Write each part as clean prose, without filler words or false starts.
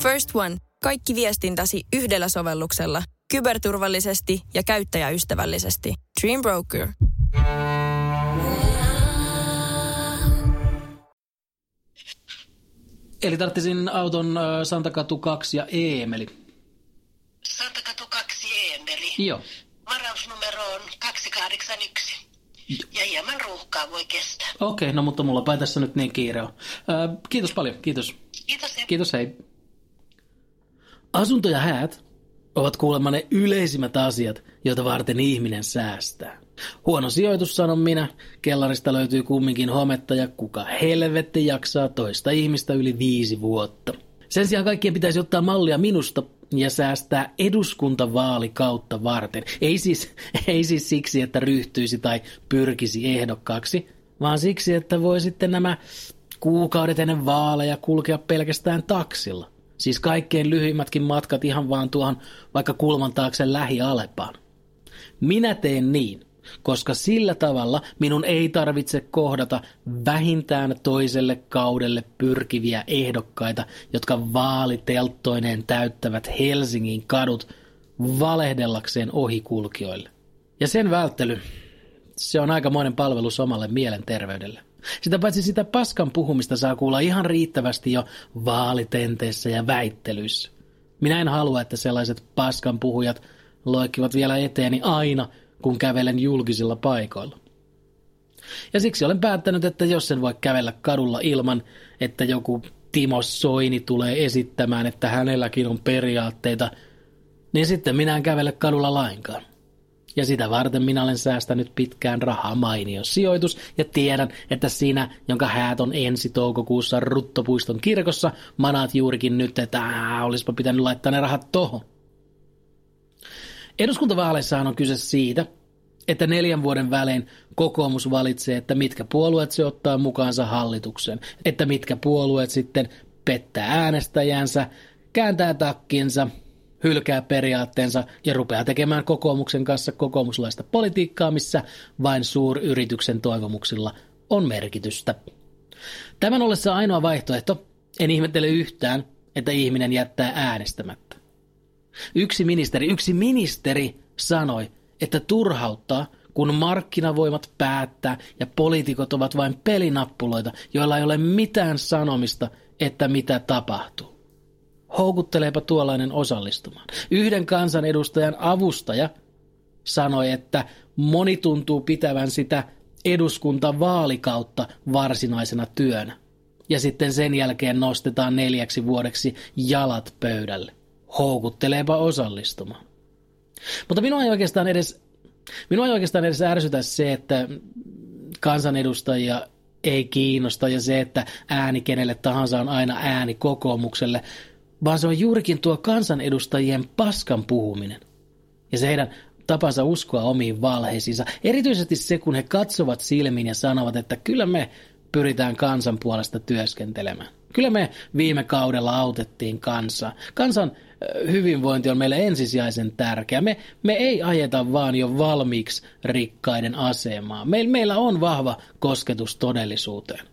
First One. Kaikki viestintäsi yhdellä sovelluksella. Kyberturvallisesti ja käyttäjäystävällisesti. Dream Broker. Eli tarttisin auton Santakatu 2 ja Eemeli. Santakatu 2 Eemeli. Joo. Varausnumero on 281. Ja hieman ruuhkaa voi kestää. Okei, no mutta mulla päin tässä nyt niin kiire on. Kiitos paljon, kiitos. Kiitos. Kiitos, hei. Asunto ja häät ovat kuulemma ne yleisimmät asiat, joita varten ihminen säästää. Huono sijoitus, sanon minä. Kellarista löytyy kumminkin hometta ja kuka helvetti jaksaa toista ihmistä yli 5 vuotta. Sen sijaan kaikkien pitäisi ottaa mallia minusta ja säästää eduskuntavaalikautta varten. Ei siis siksi, että ryhtyisi tai pyrkisi ehdokkaaksi, vaan siksi, että voi sitten nämä kuukaudet ennen vaaleja kulkea pelkästään taksilla. Siis kaikkein lyhyimmätkin matkat ihan vaan tuohon vaikka kulman taakse lähi-Alepaan. Minä teen niin, koska sillä tavalla minun ei tarvitse kohdata vähintään toiselle kaudelle pyrkiviä ehdokkaita, jotka vaalitelttoineen täyttävät Helsingin kadut valehdellakseen ohikulkijoille. Ja sen välttely, se on aikamoinen palvelus omalle mielenterveydelle. Sitä paitsi sitä paskan puhumista saa kuulla ihan riittävästi jo vaalitenteissä ja väittelyissä. Minä en halua, että sellaiset paskan puhujat loikkivat vielä eteeni aina, kun kävelen julkisilla paikoilla. Ja siksi olen päättänyt, että jos en voi kävellä kadulla ilman, että joku Timo Soini tulee esittämään, että hänelläkin on periaatteita, niin sitten minä en kävele kadulla lainkaan. Ja sitä varten minä olen säästänyt pitkään rahaa mainio sijoitus ja tiedän, että sinä, jonka häät on ensi toukokuussa Ruttopuiston kirkossa, manaat juurikin nyt, että olisipa pitänyt laittaa ne rahat tohon. Eduskuntavaaleissahan on kyse siitä, että 4 vuoden välein kokoomus valitsee, että mitkä puolueet se ottaa mukaansa hallitukseen, että mitkä puolueet sitten pettää äänestäjänsä, kääntää takkinsa, hylkää periaatteensa ja rupeaa tekemään kokoomuksen kanssa kokoomuslaista politiikkaa, missä vain suuryrityksen toivomuksilla on merkitystä. Tämän ollessa ainoa vaihtoehto, en ihmettele yhtään, että ihminen jättää äänestämättä. Yksi ministeri sanoi, että turhauttaa, kun markkinavoimat päättää ja poliitikot ovat vain pelinappuloita, joilla ei ole mitään sanomista, että mitä tapahtuu. Houkutteleepa tuollainen osallistumaan. Yhden kansanedustajan avustaja sanoi, että moni tuntuu pitävän sitä eduskuntavaalikautta varsinaisena työnä. Ja sitten sen jälkeen nostetaan 4 vuodeksi jalat pöydälle. Houkutteleepa osallistumaan. Mutta minua ei oikeastaan edes ärsytä se, että kansanedustajia ei kiinnosta ja se, että ääni kenelle tahansa on aina ääni kokoomukselle, vaan se on juurikin tuo kansanedustajien paskan puhuminen ja se heidän tapansa uskoa omiin valheisiinsa. Erityisesti se, kun he katsovat silmiin ja sanovat, että kyllä me pyritään kansan puolesta työskentelemään. Kyllä me viime kaudella autettiin kansaa. Kansan hyvinvointi on meille ensisijaisen tärkeä. Me ei ajeta vaan jo valmiiksi rikkaiden asemaa. Meillä on vahva kosketus todellisuuteen.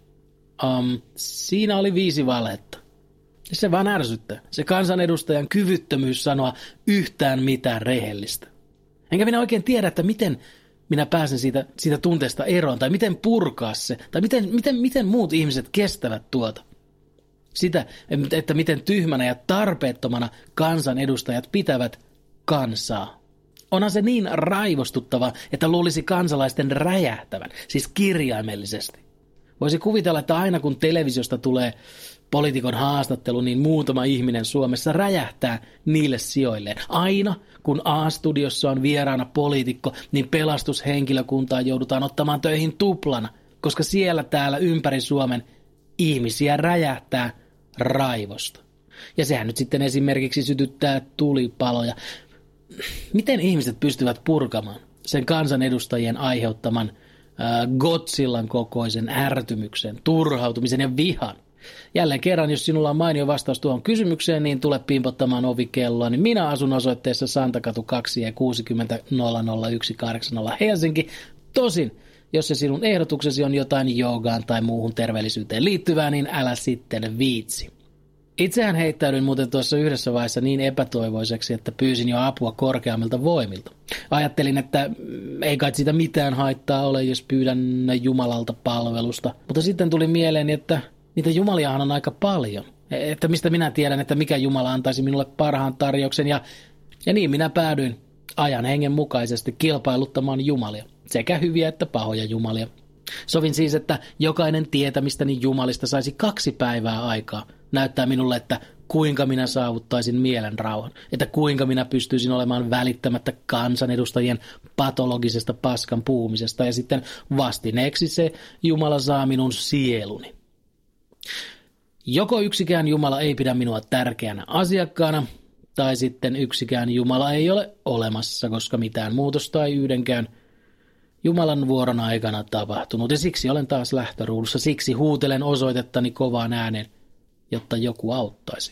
Siinä oli 5 valhetta. Se vaan ärsyttää. Se kansanedustajan kyvyttömyys sanoa yhtään mitään rehellistä. Enkä minä oikein tiedä, että miten minä pääsen siitä tunteesta eroon, tai miten purkaa se, tai miten muut ihmiset kestävät tuota. Sitä, että miten tyhmänä ja tarpeettomana kansanedustajat pitävät kansaa. Onhan se niin raivostuttava, että luulisi kansalaisten räjähtävän, siis kirjaimellisesti. Voisi kuvitella, että aina kun televisiosta tulee poliitikon haastattelu, niin muutama ihminen Suomessa räjähtää niille sijoilleen. Aina kun A-studiossa on vieraana poliitikko, niin pelastushenkilökuntaa joudutaan ottamaan töihin tuplana, koska siellä täällä ympäri Suomen ihmisiä räjähtää raivosta. Ja sehän nyt sitten esimerkiksi sytyttää tulipaloja. Miten ihmiset pystyvät purkamaan sen kansanedustajien aiheuttaman Godzillan kokoisen ärtymyksen, turhautumisen ja vihan? Jälleen kerran, jos sinulla on mainio vastaus tuohon kysymykseen, niin tule pimpottamaan ovikelloa. Niin minä asun osoitteessa Santakatu 2 ja 60 00180 Helsinki. Tosin, jos se sinun ehdotuksesi on jotain joogaan tai muuhun terveellisyyteen liittyvää, niin älä sitten viitsi. Itsehän heittäydyin muuten tuossa yhdessä vaiheessa niin epätoivoiseksi, että pyysin jo apua korkeammilta voimilta. Ajattelin, että ei kai siitä mitään haittaa ole, jos pyydän Jumalalta palvelusta. Mutta sitten tuli mieleeni, että niitä jumaliahan on aika paljon. Että mistä minä tiedän, että mikä Jumala antaisi minulle parhaan tarjouksen. Ja niin minä päädyin ajan hengen mukaisesti kilpailuttamaan jumalia. Sekä hyviä että pahoja jumalia. Sovin siis, että jokainen tietämistäni jumalista saisi 2 päivää aikaa näyttää minulle, että kuinka minä saavuttaisin mielen rauhan, että kuinka minä pystyisin olemaan välittämättä kansanedustajien patologisesta paskan puhumisesta, ja sitten vastineeksi se Jumala saa minun sieluni. Joko yksikään Jumala ei pidä minua tärkeänä asiakkaana, tai sitten yksikään Jumala ei ole olemassa, koska mitään muutosta ei yhdenkään Jumalan vuoron aikana tapahtunut, ja siksi olen taas lähtöruudussa, siksi huutelen osoitettani kovaan ääneen, jotta joku auttaisi.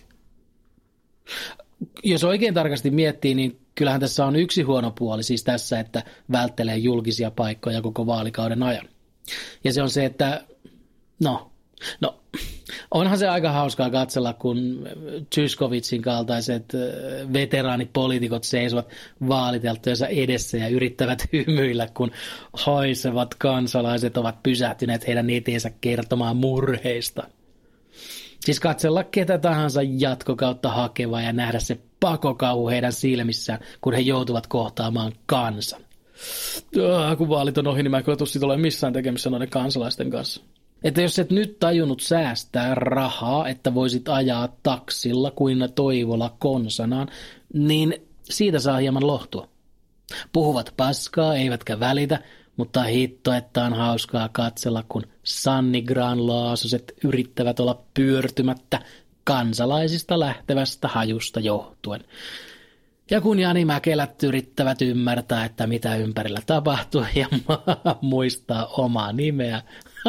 Jos oikein tarkasti miettii, niin kyllähän tässä on yksi huono puoli, siis tässä, että välttelee julkisia paikkoja koko vaalikauden ajan. Ja se on se, että no, onhan se aika hauskaa katsella, kun Zyskowiczin kaltaiset veteraanipoliitikot seisovat vaaliteltojensa edessä ja yrittävät hymyillä, kun haisevat kansalaiset ovat pysähtyneet heidän eteensä kertomaan murheista. Siis katsella ketä tahansa jatkokautta hakevaa ja nähdä se pakokauhu heidän silmissään, kun he joutuvat kohtaamaan kansan. Kun vaalit on ohi, niin mä en kyllä tussi ole missään tekemissä noiden kansalaisten kanssa. Että jos et nyt tajunnut säästää rahaa, että voisit ajaa taksilla kuin Toivola konsanaan, niin siitä saa hieman lohtua. Puhuvat paskaa, eivätkä välitä, mutta hitto, että on hauskaa katsella, kun Sanni Grahn-Laasoset yrittävät olla pyörtymättä kansalaisista lähtevästä hajusta johtuen. Ja kun Jani Mäkelät yrittävät ymmärtää, että mitä ympärillä tapahtuu ja muistaa omaa nimeä,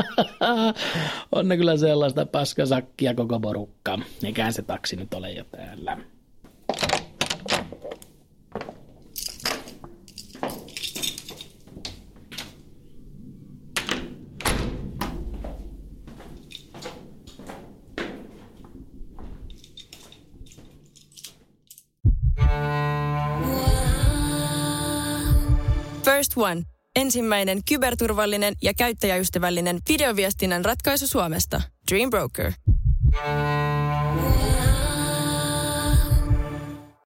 on ne kyllä sellaista paskasakkia koko porukkaa. Eiköhän se taksi nyt ole jo täällä. First One. Ensimmäinen kyberturvallinen ja käyttäjäystävällinen videoviestinnän ratkaisu Suomesta. Dream Broker.